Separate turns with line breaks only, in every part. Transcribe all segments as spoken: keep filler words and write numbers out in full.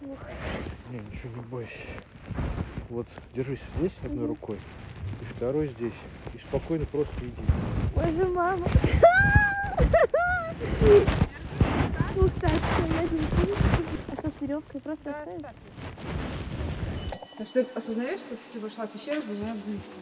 Не, ничего не бойся. Вот, держись здесь одной рукой, и второй здесь. И спокойно просто иди.
Боже, мама. Ух, так, я не а что с веревкой просто оставить?
Так что ты осознаешь, что ты вошла в пещеру с двумя буддистами?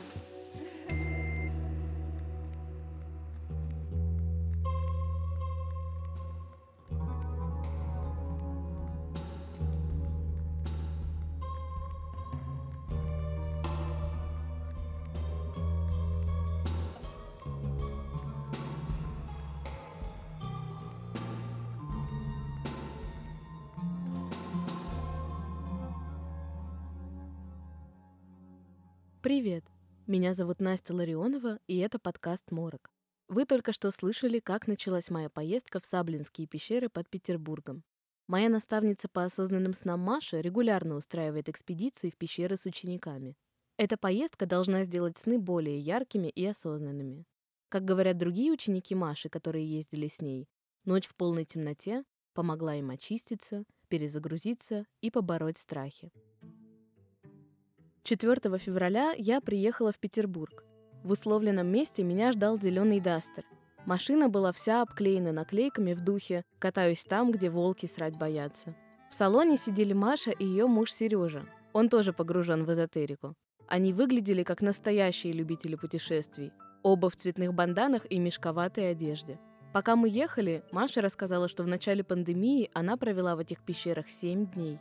Привет! Меня зовут Настя Ларионова, и это подкаст «Морок». Вы только что слышали, как началась моя поездка в Саблинские пещеры под Петербургом. Моя наставница по осознанным снам Маша регулярно устраивает экспедиции в пещеры с учениками. Эта поездка должна сделать сны более яркими и осознанными. Как говорят другие ученики Маши, которые ездили с ней, ночь в полной темноте помогла им очиститься, перезагрузиться и побороть страхи. четвёртого февраля я приехала в Петербург. В условленном месте меня ждал зеленый дастер. Машина была вся обклеена наклейками в духе «Катаюсь там, где волки срать боятся». В салоне сидели Маша и ее муж Сережа. Он тоже погружен в эзотерику. Они выглядели как настоящие любители путешествий. Оба в цветных банданах и мешковатой одежде. Пока мы ехали, Маша рассказала, что в начале пандемии она провела в этих пещерах семь дней.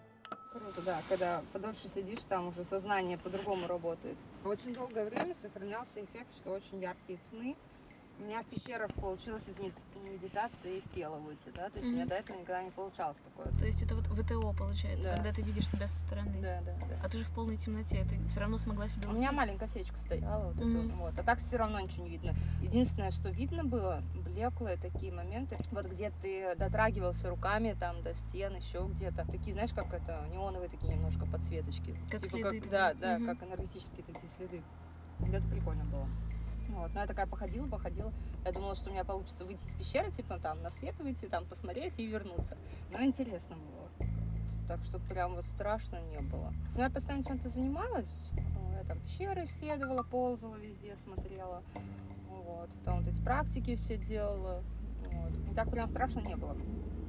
Круто, да, когда подольше сидишь, там уже сознание по-другому работает. Очень долгое время сохранялся эффект, что очень яркие сны. У меня в пещерах получилось из медитации из тела выйти, да, то есть mm-hmm. у меня до этого никогда не получалось такое.
То есть это вот ВТО получается, да. Когда ты видишь себя со стороны.
Да, да, да.
А ты же в полной темноте, ты все равно смогла себя...
У меня маленькая свечка стояла, вот mm-hmm. это, вот, а так все равно ничего не видно. Единственное, что видно было, блеклые такие моменты, вот где ты дотрагивался руками там до стен, еще где-то. Такие, знаешь, как это, неоновые такие немножко подсветочки.
Как
типа,
следы.
Как, да, да, mm-hmm. как энергетические такие следы. Это прикольно было. Вот, но я такая походила, походила. Я думала, что у меня получится выйти из пещеры, типа там на свет выйти, там посмотреть и вернуться. Но интересно было. Так что прям вот страшно не было. Но я постоянно чем-то занималась. Я там пещеры исследовала, ползала везде, смотрела. Вот. Там вот эти практики все делала. Вот. И так прям страшно не было.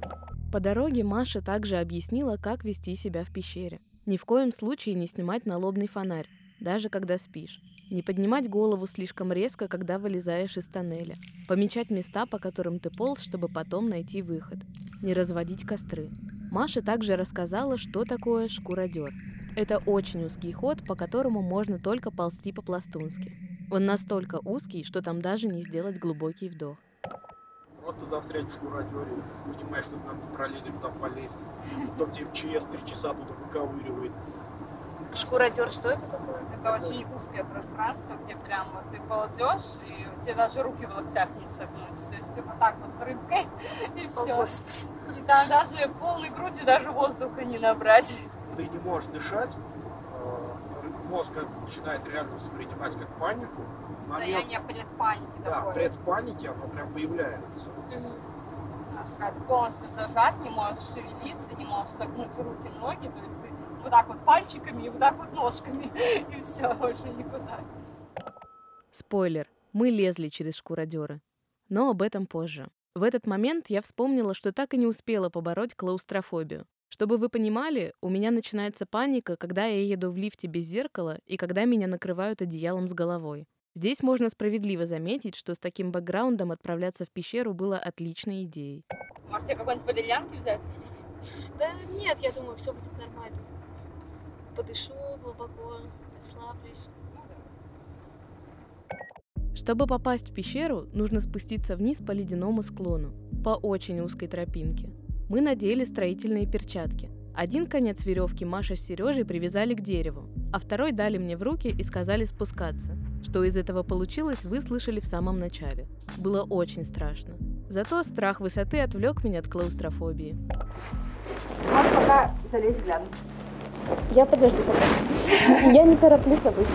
По дороге Маша также объяснила, как вести себя в пещере. Ни в коем случае не снимать налобный фонарь, даже когда спишь. Не поднимать голову слишком резко, когда вылезаешь из тоннеля. Помечать места, по которым ты полз, чтобы потом найти выход. Не разводить костры. Маша также рассказала, что такое шкуродер. Это очень узкий ход, по которому можно только ползти по-пластунски. Он настолько узкий, что там даже не сделать глубокий вдох.
Просто застрять в шкуродере, понимаешь, что ты там не пролезешь, туда полезть. Потом тебе МЧС три часа туда выковыривает.
Шкуродер, что это такое?
Это очень узкое пространство, где прям вот ты ползешь, и тебе даже руки в локтях не согнуть. То есть ты вот так вот рыбкой, и все.
О, Господи.
И там даже полной грудью даже воздуха не набрать.
Ты не можешь дышать, мозг это начинает реально воспринимать как панику.
Состояние предпаники
да,
такое.
Да, предпаники, оно прям появляется.
Угу. Когда ты полностью зажат, не можешь шевелиться, не можешь согнуть руки, ноги, то есть ты вот так вот пальчиками и вот так вот ножками, и все, больше никуда.
Спойлер, мы лезли через шкуродеры. Но об этом позже. В этот момент я вспомнила, что так и не успела побороть клаустрофобию. Чтобы вы понимали, у меня начинается паника, когда я еду в лифте без зеркала и когда меня накрывают одеялом с головой. Здесь можно справедливо заметить, что с таким бэкграундом отправляться в пещеру было отличной идеей.
Может, тебе какой-нибудь валерьянки взять?
Да нет, я думаю, все будет нормально. Подышу глубоко, расслаблюсь.
Чтобы попасть в пещеру, нужно спуститься вниз по ледяному склону, по очень узкой тропинке. Мы надели строительные перчатки. Один конец веревки Маша с Сережей привязали к дереву, а второй дали мне в руки и сказали спускаться. Что из этого получилось, вы слышали в самом начале. Было очень страшно. Зато страх высоты отвлек меня от клаустрофобии.
Можешь пока залезть глянуть.
Я подожду пока. Я не тороплюсь обычно.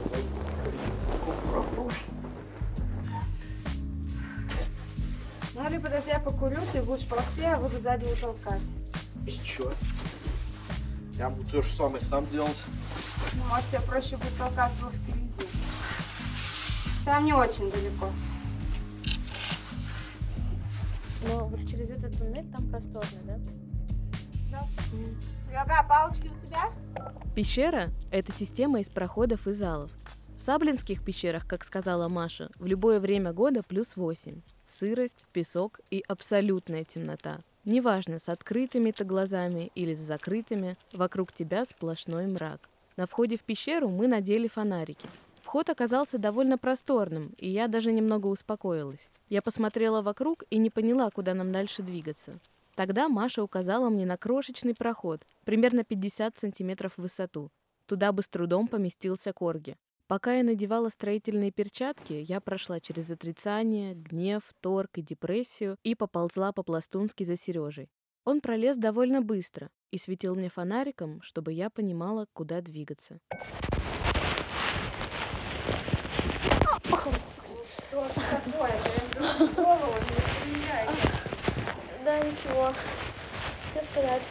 Ну, Или подожди, я покурю, ты будешь ползти, а я буду сзади его толкать.
И чё? Я буду то же самое сам делать.
Ну, может, тебе проще будет толкать его впереди. Там не очень далеко.
Но вот через этот туннель там просторно, да?
Да. Йога, палочки у тебя?
Пещера — это система из проходов и залов. В саблинских пещерах, как сказала Маша, в любое время года плюс восемь. Сырость, песок и абсолютная темнота. Неважно, с открытыми ты глазами или с закрытыми, вокруг тебя сплошной мрак. На входе в пещеру мы надели фонарики. Вход оказался довольно просторным, и я даже немного успокоилась. Я посмотрела вокруг и не поняла, куда нам дальше двигаться. Тогда Маша указала мне на крошечный проход, примерно пятьдесят сантиметров в высоту. Туда бы с трудом поместился Корги. Пока я надевала строительные перчатки, я прошла через отрицание, гнев, торг и депрессию и поползла по-пластунски за Сережей. Он пролез довольно быстро и светил мне фонариком, чтобы я понимала, куда двигаться.
Что это такое? Я вдруг голову не стреляй.
Да, ничего. Все в порядке.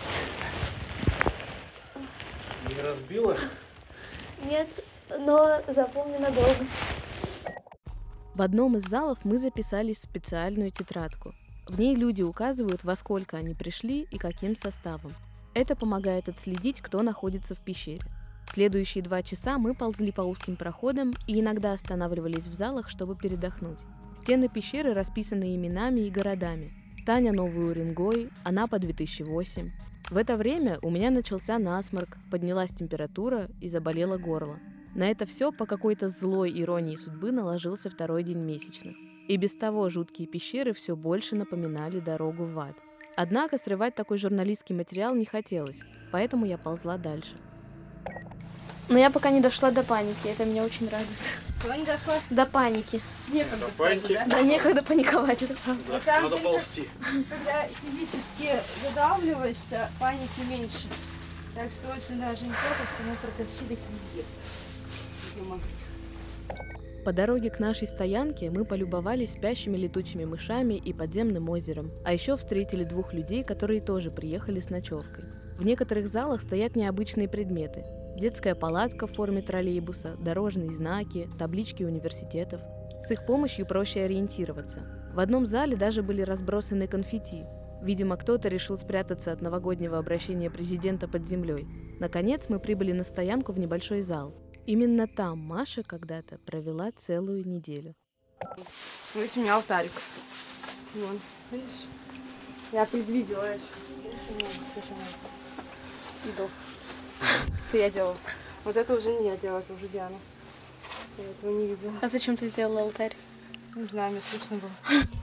Не разбила?
Нет, но запомни надолго.
В одном из залов мы записались в специальную тетрадку. В ней люди указывают, во сколько они пришли и каким составом. Это помогает отследить, кто находится в пещере. Следующие два часа мы ползли по узким проходам и иногда останавливались в залах, чтобы передохнуть. Стены пещеры расписаны именами и городами. Таня — Новый Уренгой, Анапа — две тысячи восемь. В это время у меня начался насморк, поднялась температура и заболело горло. На это все по какой-то злой иронии судьбы наложился второй день месячных. И без того жуткие пещеры все больше напоминали дорогу в ад. Однако срывать такой журналистский материал не хотелось, поэтому я ползла дальше.
Но я пока не дошла до паники, это меня очень радует.
Чего не дошла?
До паники.
Некогда
До
сразу,
паники?
да?
Да некогда паниковать, это правда.
Да,
На самом
надо
деле,
ползти.
Когда физически задавливаешься, паники меньше. Так что очень даже неплохо, что мы протащились везде. Видимо.
По дороге к нашей стоянке мы полюбовались спящими летучими мышами и подземным озером, а еще встретили двух людей, которые тоже приехали с ночевкой. В некоторых залах стоят необычные предметы. Детская палатка в форме троллейбуса, дорожные знаки, таблички университетов. С их помощью проще ориентироваться. В одном зале даже были разбросаны конфетти. Видимо, кто-то решил спрятаться от новогоднего обращения президента под землей. Наконец мы прибыли на стоянку в небольшой зал. Именно там Маша когда-то провела целую неделю.
Здесь у меня алтарик. Вон, видишь? Я предвидела еще. Видишь, у меня здесь идол. Это я делала. Вот это уже не я делала, это уже Диана. Я этого не видела.
А зачем ты сделала алтарь?
Не знаю, мне скучно было.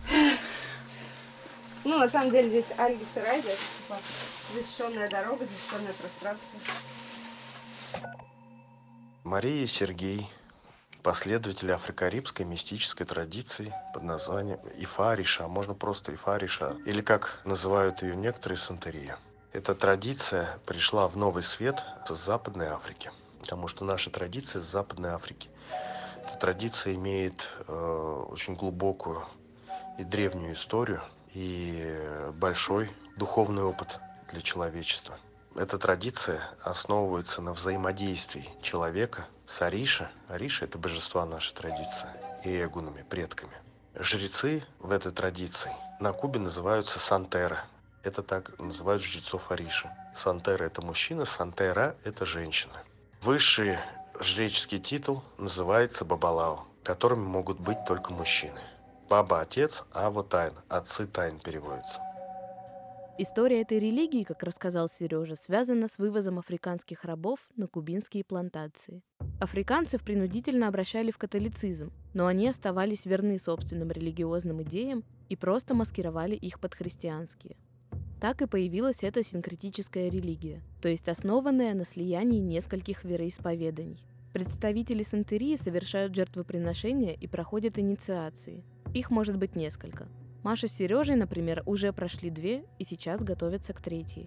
Ну, на самом деле, здесь Альгис и Райда, это типа защищенная дорога, защищенное пространство.
Мария и Сергей – последователи афро-карибской мистической традиции под названием Ифа-Ориша, можно просто Ифа-Ориша, или как называют ее некоторые, Сантерия. Эта традиция пришла в Новый Свет с Западной Африки, потому что наша традиция с Западной Африки. Эта традиция имеет э, очень глубокую и древнюю историю и большой духовный опыт для человечества. Эта традиция основывается на взаимодействии человека с Ориша. Ориша – это божества нашей традиции, и эгунами, предками. Жрецы в этой традиции на Кубе называются Сантера. Это так называют жрецов Ориша. Сантера – это мужчина, Сантера – это женщина. Высший жреческий титул называется Бабалао, которыми могут быть только мужчины. Баба – отец, Ава – тайн, отцы тайн переводятся.
История этой религии, как рассказал Сережа, связана с вывозом африканских рабов на кубинские плантации. Африканцев принудительно обращали в католицизм, но они оставались верны собственным религиозным идеям и просто маскировали их под христианские. Так и появилась эта синкретическая религия, то есть основанная на слиянии нескольких вероисповеданий. Представители сантерии совершают жертвоприношения и проходят инициации. Их может быть несколько. Маша с Сережей, например, уже прошли две и сейчас готовятся к третьей.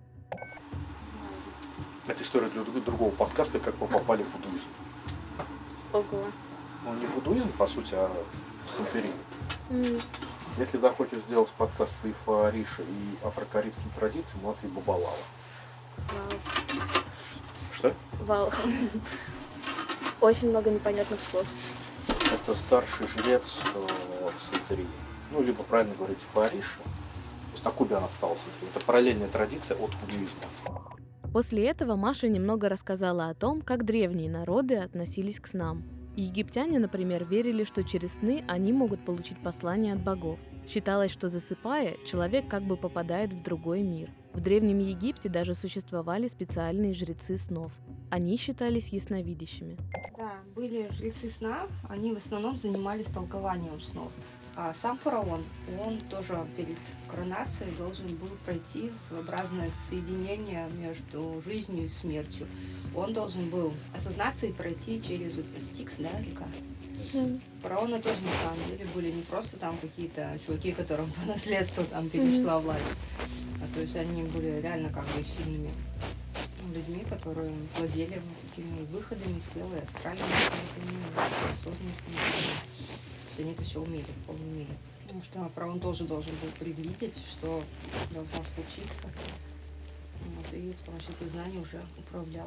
Это история для другого подкаста, как мы попали в вудуизм.
Ого.
Ну, не вудуизм, по сути, а в сантерию.
М.
Если захочешь сделать подкаст по Ифа Ариша и афрокарибским традициям, у нас есть Бабалава.
Вау.
Что?
Вау. Очень много непонятных слов.
Это старший жрец э, Сантерии. Ну, либо правильно говорить Ифа Ариша. То есть на Кубе она стала Сантерией. Это параллельная традиция от буддизма.
После этого Маша немного рассказала о том, как древние народы относились к снам. Египтяне, например, верили, что через сны они могут получить послание от богов. Считалось, что засыпая, человек как бы попадает в другой мир. В Древнем Египте даже существовали специальные жрецы снов. Они считались ясновидящими.
Да, были жрецы сна, они в основном занимались толкованием снов. А сам фараон, он тоже перед коронацией должен был пройти своеобразное соединение между жизнью и смертью. Он должен был осознаться и пройти через вот Стикс, да, река.
Mm.
Фараоны тоже на самом деле были не просто там какие-то чуваки, которым по наследству там перешла власть, а то есть они были реально как бы сильными людьми, которые владели такими выходами из тела и астральными осознанными сновидениями. То есть они это все умели в полной мере. Потому что фараон тоже должен был предвидеть, что должно случиться. Вот, и с помощью этих знаний уже управлял.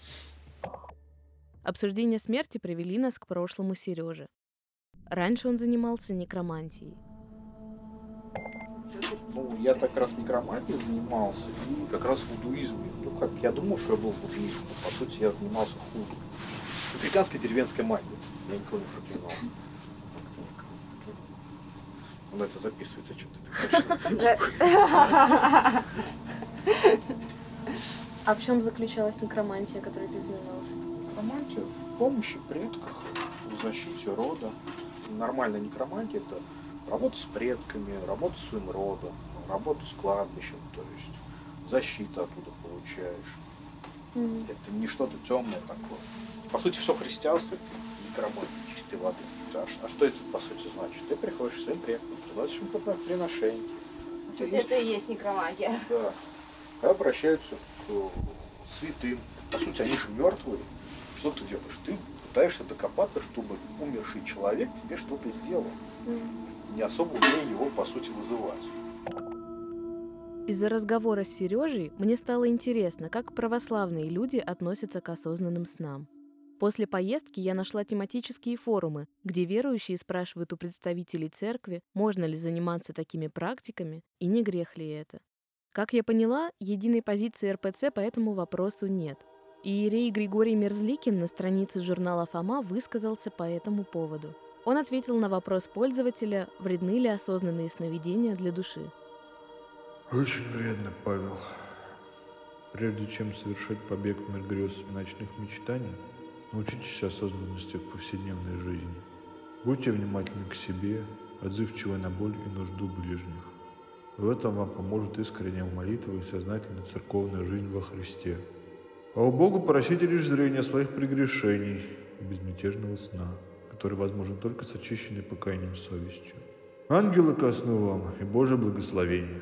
Обсуждение смерти привели нас к прошлому Сережи. Раньше он занимался некромантией.
Ну, я так раз некромантией занимался, и как раз вудуизмом. Ну, как я думал, что я был вудуизмом, но по сути я занимался худу. Африканская деревенская магия. Я никого не проклинал. Ну, это записывается, что ты так.
А в чем заключалась некромантия, которой ты занимался?
Некромантия в помощи предках, в защите рода. Нормальная некромантия — это работа с предками, работа с своим родом, работа с кладбищем, то есть защита оттуда получаешь. Mm. Это не что-то темное такое. По сути, все христианство — это некромантия чистой воды. А, а что это по сути значит? Ты приходишь к своим предкам, приносишь им приношение.
По сути, это и есть некромагия.
Да. А обращаются к святым. По сути, они же мертвые. Что ты делаешь? Ты пытаешься докопаться, чтобы умерший человек тебе что-то сделал. Mm. Не особо умея его, по сути, вызывать.
Из-за разговора с Сережей мне стало интересно, как православные люди относятся к осознанным снам. После поездки я нашла тематические форумы, где верующие спрашивают у представителей церкви, можно ли заниматься такими практиками и не грех ли это. Как я поняла, единой позиции эр пэ цэ по этому вопросу нет. Иерей Григорий Мерзликин на странице журнала «Фома» высказался по этому поводу. Он ответил на вопрос пользователя, вредны ли осознанные сновидения для души.
Очень вредно, Павел. Прежде чем совершать побег в мир грез и ночных мечтаний, научитесь осознанности в повседневной жизни. Будьте внимательны к себе, отзывчивы на боль и нужду ближних. В этом вам поможет искренняя молитва и сознательная церковная жизнь во Христе. А у Бога просите лишь зрения своих прегрешений и безмятежного сна, который возможен только с очищенной покаянием совестью. Ангелы ко сну вам и Божие благословение.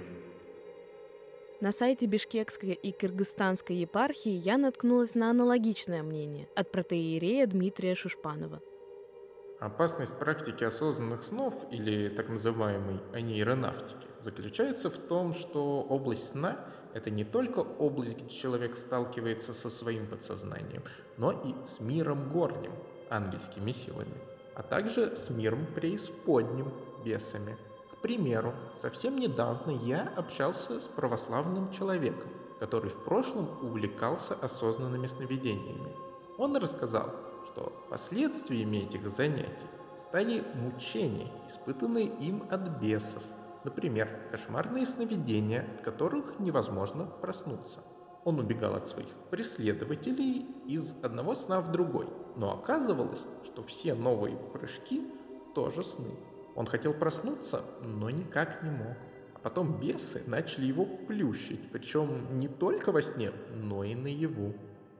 На сайте Бишкекской и Кыргызстанской епархии я наткнулась на аналогичное мнение от протоиерея Дмитрия Шушпанова.
Опасность практики осознанных снов, или так называемой анейронавтики, заключается в том, что область сна – это не только область, где человек сталкивается со своим подсознанием, но и с миром горним, ангельскими силами, а также с миром преисподним, бесами. К примеру, совсем недавно я общался с православным человеком, который в прошлом увлекался осознанными сновидениями. Он рассказал, что последствиями этих занятий стали мучения, испытанные им от бесов, например, кошмарные сновидения, от которых невозможно проснуться. Он убегал от своих преследователей из одного сна в другой, но оказывалось, что все новые прыжки тоже сны. Он хотел проснуться, но никак не мог. А потом бесы начали его плющить, причем не только во сне, но и наяву.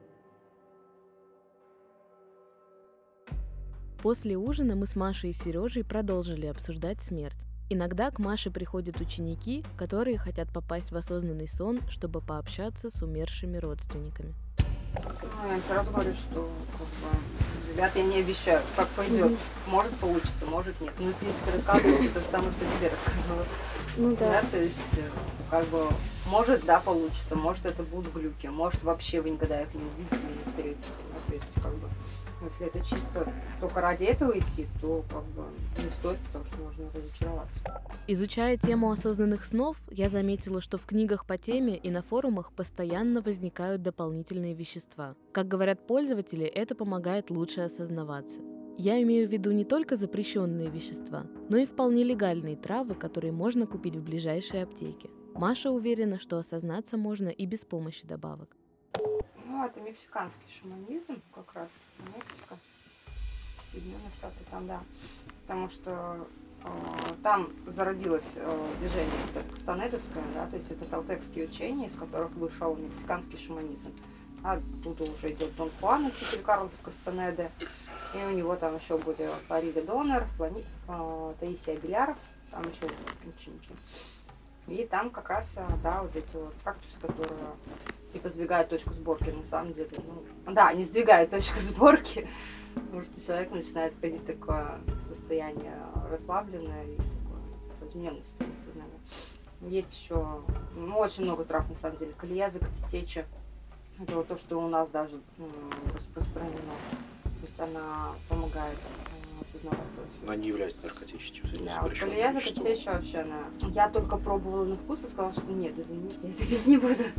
После ужина мы с Машей и Сережей продолжили обсуждать смерть. Иногда к Маше приходят ученики, которые хотят попасть в осознанный сон, чтобы пообщаться с умершими родственниками.
Ну, я тебе раз говорю, что как бы, Ребят, я не обещаю, как пойдет. Может получится, может нет. Ну, в принципе, рассказывать это самое, что тебе рассказывала.
Ну да.
Да, то есть, э, как бы, может, да, получится, может, это будут глюки, может, вообще вы никогда их не увидите и не встретите. Да, то есть, как бы, если это чисто только ради этого идти, то, как бы, не стоит, потому что можно разочароваться.
Изучая тему осознанных снов, я заметила, что в книгах по теме и на форумах постоянно возникают дополнительные вещества. Как говорят пользователи, это помогает лучше осознаваться. Я имею в виду не только запрещенные вещества, но и вполне легальные травы, которые можно купить в ближайшей аптеке. Маша уверена, что осознаться можно и без помощи добавок.
Ну, это мексиканский шаманизм, как раз, Мексика, Соединенные Штаты, там, да. Потому что э, там зародилось э, движение кастанедовское, да, то есть это толтекские учения, из которых вышел мексиканский шаманизм. Оттуда уже идет Дон Хуан, учитель Карлос Кастанеды, и у него там еще были Флорида Донер, Флани, э, Таисия Абеляр, там еще ученики. И там как раз, да, вот эти вот кактусы, которые типа сдвигают точку сборки, на самом деле, ну, да, не сдвигают точку сборки, потому что человек начинает входить в такое состояние расслабленное и такое измененное состояние сознания. Есть еще, ну, очень много трав, на самом деле, колея закатитечи. Это вот то, что у нас даже ну, распространено. То есть она помогает э, осознаваться.
Она не является наркотическим.
Да, вот колея закатитечи вообще, она... Я только пробовала на вкус и сказала, что нет, извините, я это пить не буду.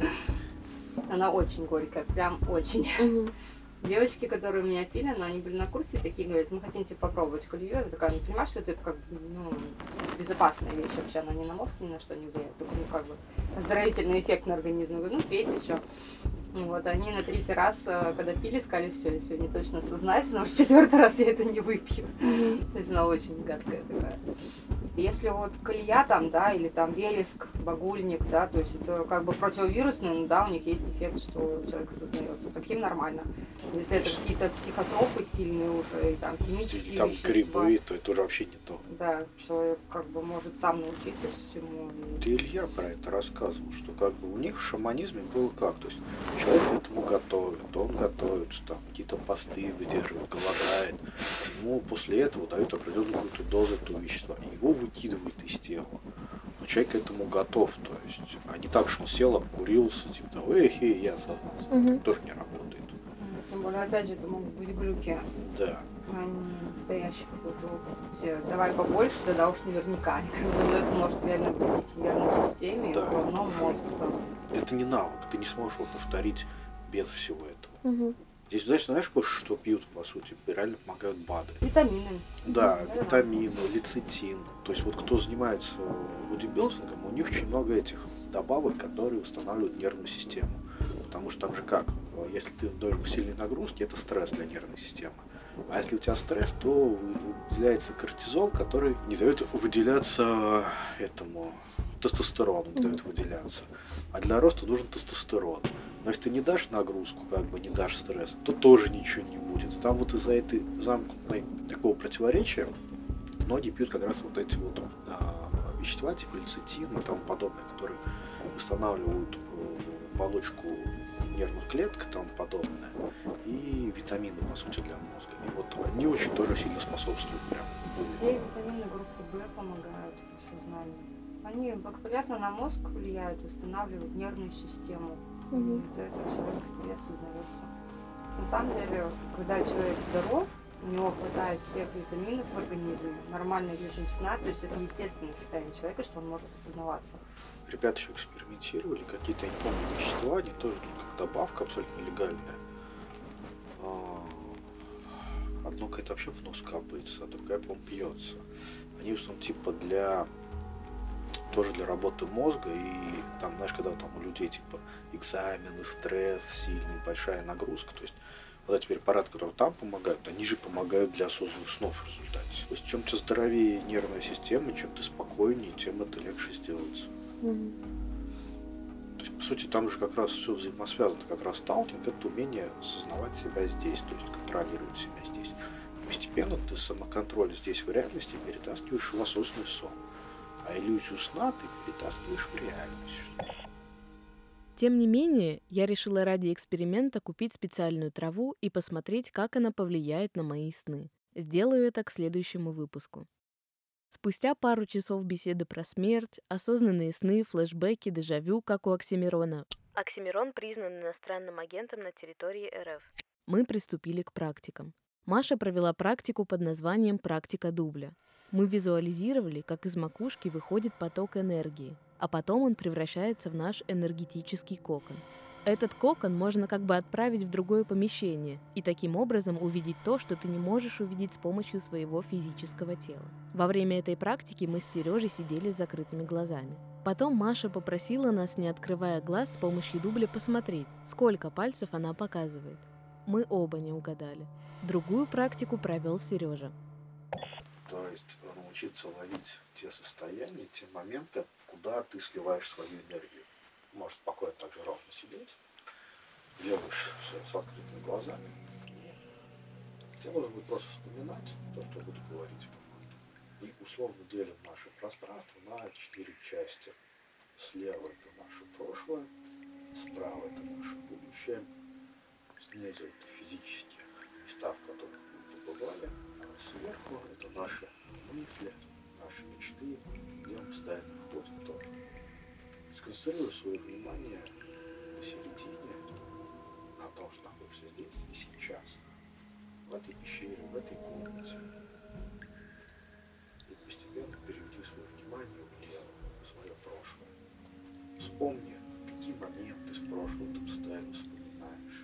Она очень горькая, прям очень. Угу. Девочки, которые у меня пили, но они были на курсе, такие говорят, мы хотим тебе попробовать колею. Я такая, ну понимаешь, что это как бы, ну, безопасная вещь вообще, она ни на мозг, ни на что не влияет, только, ну, как бы, оздоровительный эффект на организм. Я говорю, ну, пейте, что. Вот, они на третий раз, когда пили, сказали, все, я сегодня точно осознаюсь, потому что четвертый раз я это не выпью. Mm-hmm. То есть она очень гадкая такая. Если вот колея там, да, или там вереск, багульник, да, то есть это как бы противовирусный, но да, у них есть эффект, что человек осознается. Таким нормально. Если это какие-то психотропы сильные уже, и там химические
или там
вещества.
грибы, то это уже вообще не то.
Да, человек как бы может сам научиться всему.
Ты Илья про это рассказывал, что как бы у них в шаманизме было как, то есть человек к этому готовит, он готовится, там какие-то посты выдерживает, голодает, ему после этого дают определенную какую-то дозу этого вещества, и его выкидывают из тела. Но человек к этому готов, то есть, а не так, что он сел, обкурился, типа, эй, хей, я осознался. Угу. Это тоже не работает.
Тем более, опять же, это могут быть глюки.
Да.
А не настоящий какой-то опыт. Давай побольше, тогда уж наверняка. Как бы, это может реально быть в нервной системе,
да,
в головном мозгу.
Это не навык, ты не сможешь его повторить без всего этого.
Угу.
Здесь, знаешь, знаешь, что пьют, по сути, реально помогают БАДы.
Витамины.
Да, да, витамины, лецитин. То есть вот кто занимается бодибилдингом, у них очень много этих добавок, которые восстанавливают нервную систему. Потому что там же как, если ты должен сильной нагрузки, это стресс для нервной системы. А если у тебя стресс, то выделяется кортизол, который не дает выделяться этому тестостерону, не дает выделяться. А для роста нужен тестостерон. Но если ты не дашь нагрузку, как бы не дашь стресс, то тоже ничего не будет. И там вот из-за этой замкнутой такого противоречия многие пьют как раз вот эти вот а, вещества, типа лецитин и тому подобное, которые восстанавливают оболочку нервных клеток и тому подобное, и витамины, по сути, для мозга. И вот они очень тоже сильно способствуют прям.
Все витамины группы В помогают сознанию. Они благоприятно на мозг влияют, восстанавливают нервную систему. Mm-hmm. Из-за этого человек быстрее осознается. На самом деле, когда человек здоров, у него хватает всех витаминов в организме, нормальный режим сна, то есть это естественное состояние человека, что он может осознаваться.
Ребята еще экспериментировали, какие-то, я не помню, вещества, они тоже тут как добавка абсолютно легальная. Одно какое-то вообще в нос капается, а другая, по-моему, пьется. Они в основном типа для тоже для работы мозга, и там, знаешь, когда там у людей типа экзамены, стресс, сильный, большая нагрузка, то есть вот эти препараты, которые там помогают, они же помогают для осознанных снов в результате. То есть чем ты здоровее нервная система, чем ты спокойнее, тем это легче сделается. Mm-hmm. То есть, по сути, там же как раз все взаимосвязано. Как раз сталкинг — это умение осознавать себя здесь, то есть контролировать себя здесь. И постепенно ты самоконтроль здесь в реальности перетаскиваешь в осознанный сон. А иллюзию сна ты перетаскиваешь в реальность.
Тем не менее, я решила ради эксперимента купить специальную траву и посмотреть, как она повлияет на мои сны. Сделаю это к следующему выпуску. Спустя пару часов беседы про смерть, осознанные сны, флешбеки, дежавю, как у Оксимирона. Оксимирон признан иностранным агентом на территории эр эф. Мы приступили к практикам. Маша провела практику под названием «Практика дубля». Мы визуализировали, как из макушки выходит поток энергии, а потом он превращается в наш энергетический кокон. Этот кокон можно как бы отправить в другое помещение и таким образом увидеть то, что ты не можешь увидеть с помощью своего физического тела. Во время этой практики мы с Сережей сидели с закрытыми глазами. Потом Маша попросила нас, не открывая глаз, с помощью дубля посмотреть, сколько пальцев она показывает. Мы оба не угадали. Другую практику провел Сережа.
То есть научиться ловить те состояния, те моменты, куда ты сливаешь свою энергию. Можешь спокойно так же ровно сидеть, делаешь все с открытыми глазами. И тебе нужно будет просто вспоминать то, что я буду говорить. И условно делим наше пространство на четыре части. Слева это наше прошлое, справа это наше будущее, снизу это физические места, в которых мы побывали, а сверху это наши мысли, наши мечты, где мы постоянно входим тоже. Сконцентрируй свое внимание посередине, на том, что находишься здесь и сейчас, в этой пещере, в этой комнате. И постепенно переведи свое внимание влево, в свое прошлое. Вспомни, какие моменты из прошлого ты постоянно вспоминаешь.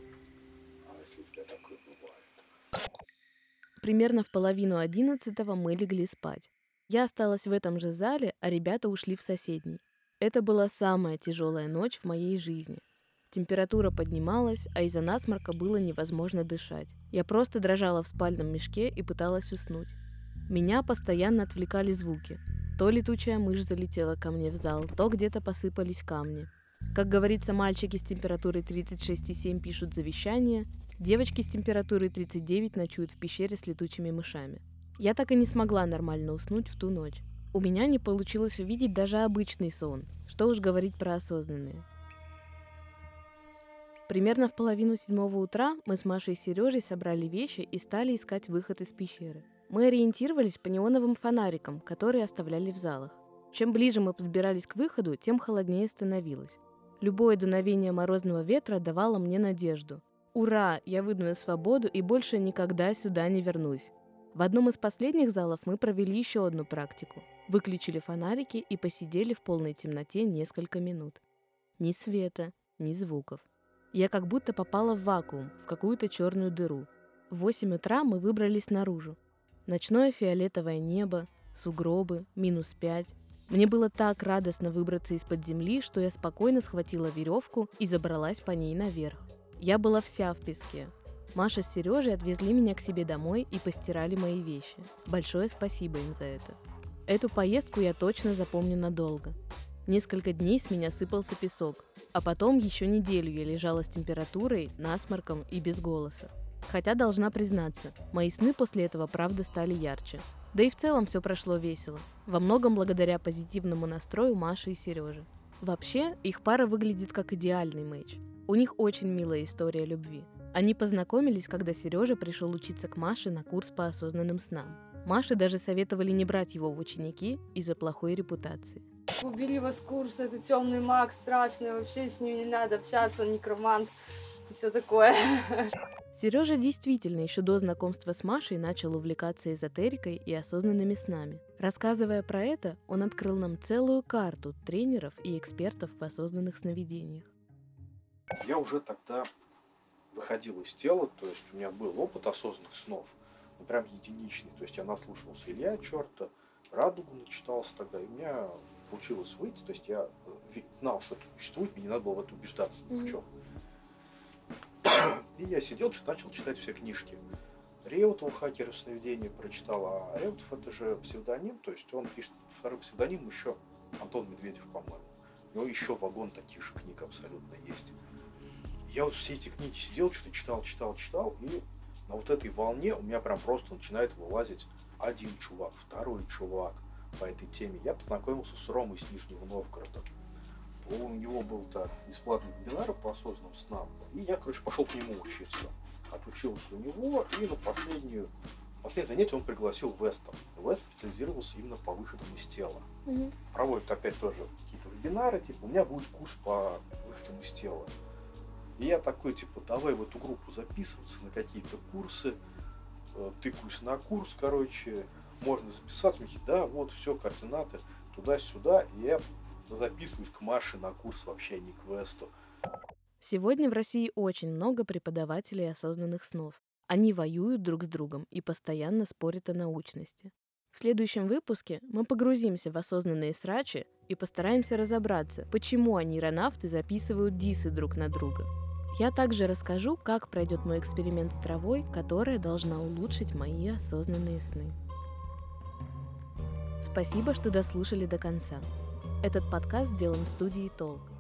А если у тебя такое бывает?
Примерно в половину одиннадцатого мы легли спать. Я осталась в этом же зале, а ребята ушли в соседний. Это была самая тяжелая ночь в моей жизни. Температура поднималась, а из-за насморка было невозможно дышать. Я просто дрожала в спальном мешке и пыталась уснуть. Меня постоянно отвлекали звуки. То летучая мышь залетела ко мне в зал, то где-то посыпались камни. Как говорится, мальчики с температурой тридцать шесть и семь пишут завещание, девочки с температурой тридцать девять ночуют в пещере с летучими мышами. Я так и не смогла нормально уснуть в ту ночь. У меня не получилось увидеть даже обычный сон, что уж говорить про осознанные. Примерно в половину седьмого утра мы с Машей и Сережей собрали вещи и стали искать выход из пещеры. Мы ориентировались по неоновым фонарикам, которые оставляли в залах. Чем ближе мы подбирались к выходу, тем холоднее становилось. Любое дуновение морозного ветра давало мне надежду. Ура, я выйду на свободу и больше никогда сюда не вернусь. В одном из последних залов мы провели еще одну практику. Выключили фонарики и посидели в полной темноте несколько минут. Ни света, ни звуков. Я как будто попала в вакуум, в какую-то черную дыру. В восемь утра мы выбрались наружу. Ночное фиолетовое небо, сугробы, минус пять. Мне было так радостно выбраться из-под земли, что я спокойно схватила веревку и забралась по ней наверх. Я была вся в песке. Маша с Сережей отвезли меня к себе домой и постирали мои вещи. Большое спасибо им за это. Эту поездку я точно запомню надолго. Несколько дней с меня сыпался песок, а потом еще неделю я лежала с температурой, насморком и без голоса. Хотя, должна признаться, мои сны после этого правда стали ярче. Да и в целом все прошло весело. Во многом благодаря позитивному настрою Маши и Сережи. Вообще, их пара выглядит как идеальный мэйч. У них очень милая история любви. Они познакомились, когда Сережа пришел учиться к Маше на курс по осознанным снам. Маше даже советовали не брать его в ученики из-за плохой репутации.
Убили вас с курса, это темный маг, страшный, вообще с ним не надо общаться, он некромант и все такое.
Сережа действительно еще до знакомства с Машей начал увлекаться эзотерикой и осознанными снами. Рассказывая про это, он открыл нам целую карту тренеров и экспертов в осознанных сновидениях.
Я уже тогда выходил из тела, то есть у меня был опыт осознанных снов, ну прям единичный. То есть я наслушался Илья Черта, Радугу начитался тогда, и у меня получилось выйти. То есть я знал, что это существует, мне не надо было в это убеждаться ни в чем. И я сидел, начал читать все книжки. Реутова «Хакеры сновидения» прочитал, а Реутов это же псевдоним, то есть он пишет второй псевдоним еще Антон Медведев, по-моему. У него еще вагон таких же книг абсолютно есть. Я вот все эти книги сидел, что-то читал, читал, читал, и на вот этой волне у меня прям просто начинает вылазить один чувак, второй чувак по этой теме. Я познакомился с Ромой из Нижнего Новгорода. у него был так бесплатный вебинар по осознанным снам, и я, короче, пошел к нему учиться. Отучился у него, и на последнюю, последнее занятие он пригласил Веста. Вест специализировался именно по выходам из тела.
Мгм.
Проводит опять тоже какие-то вебинары, типа, у меня будет курс по выходам из тела. И я такой, типа, давай в эту группу записываться на какие-то курсы, э, тыкаюсь на курс, короче, можно записаться, мне говорят, да, вот, все, координаты, туда-сюда, и я записываюсь к Маше на курс вообще, не к Весту.
Сегодня в России очень много преподавателей осознанных снов. Они воюют друг с другом и постоянно спорят о научности. В следующем выпуске мы погрузимся в осознанные срачи и постараемся разобраться, почему нейронавты записывают дисы друг на друга. Я также расскажу, как пройдет мой эксперимент с травой, которая должна улучшить мои осознанные сны. Спасибо, что дослушали до конца. Этот подкаст сделан студией Толк.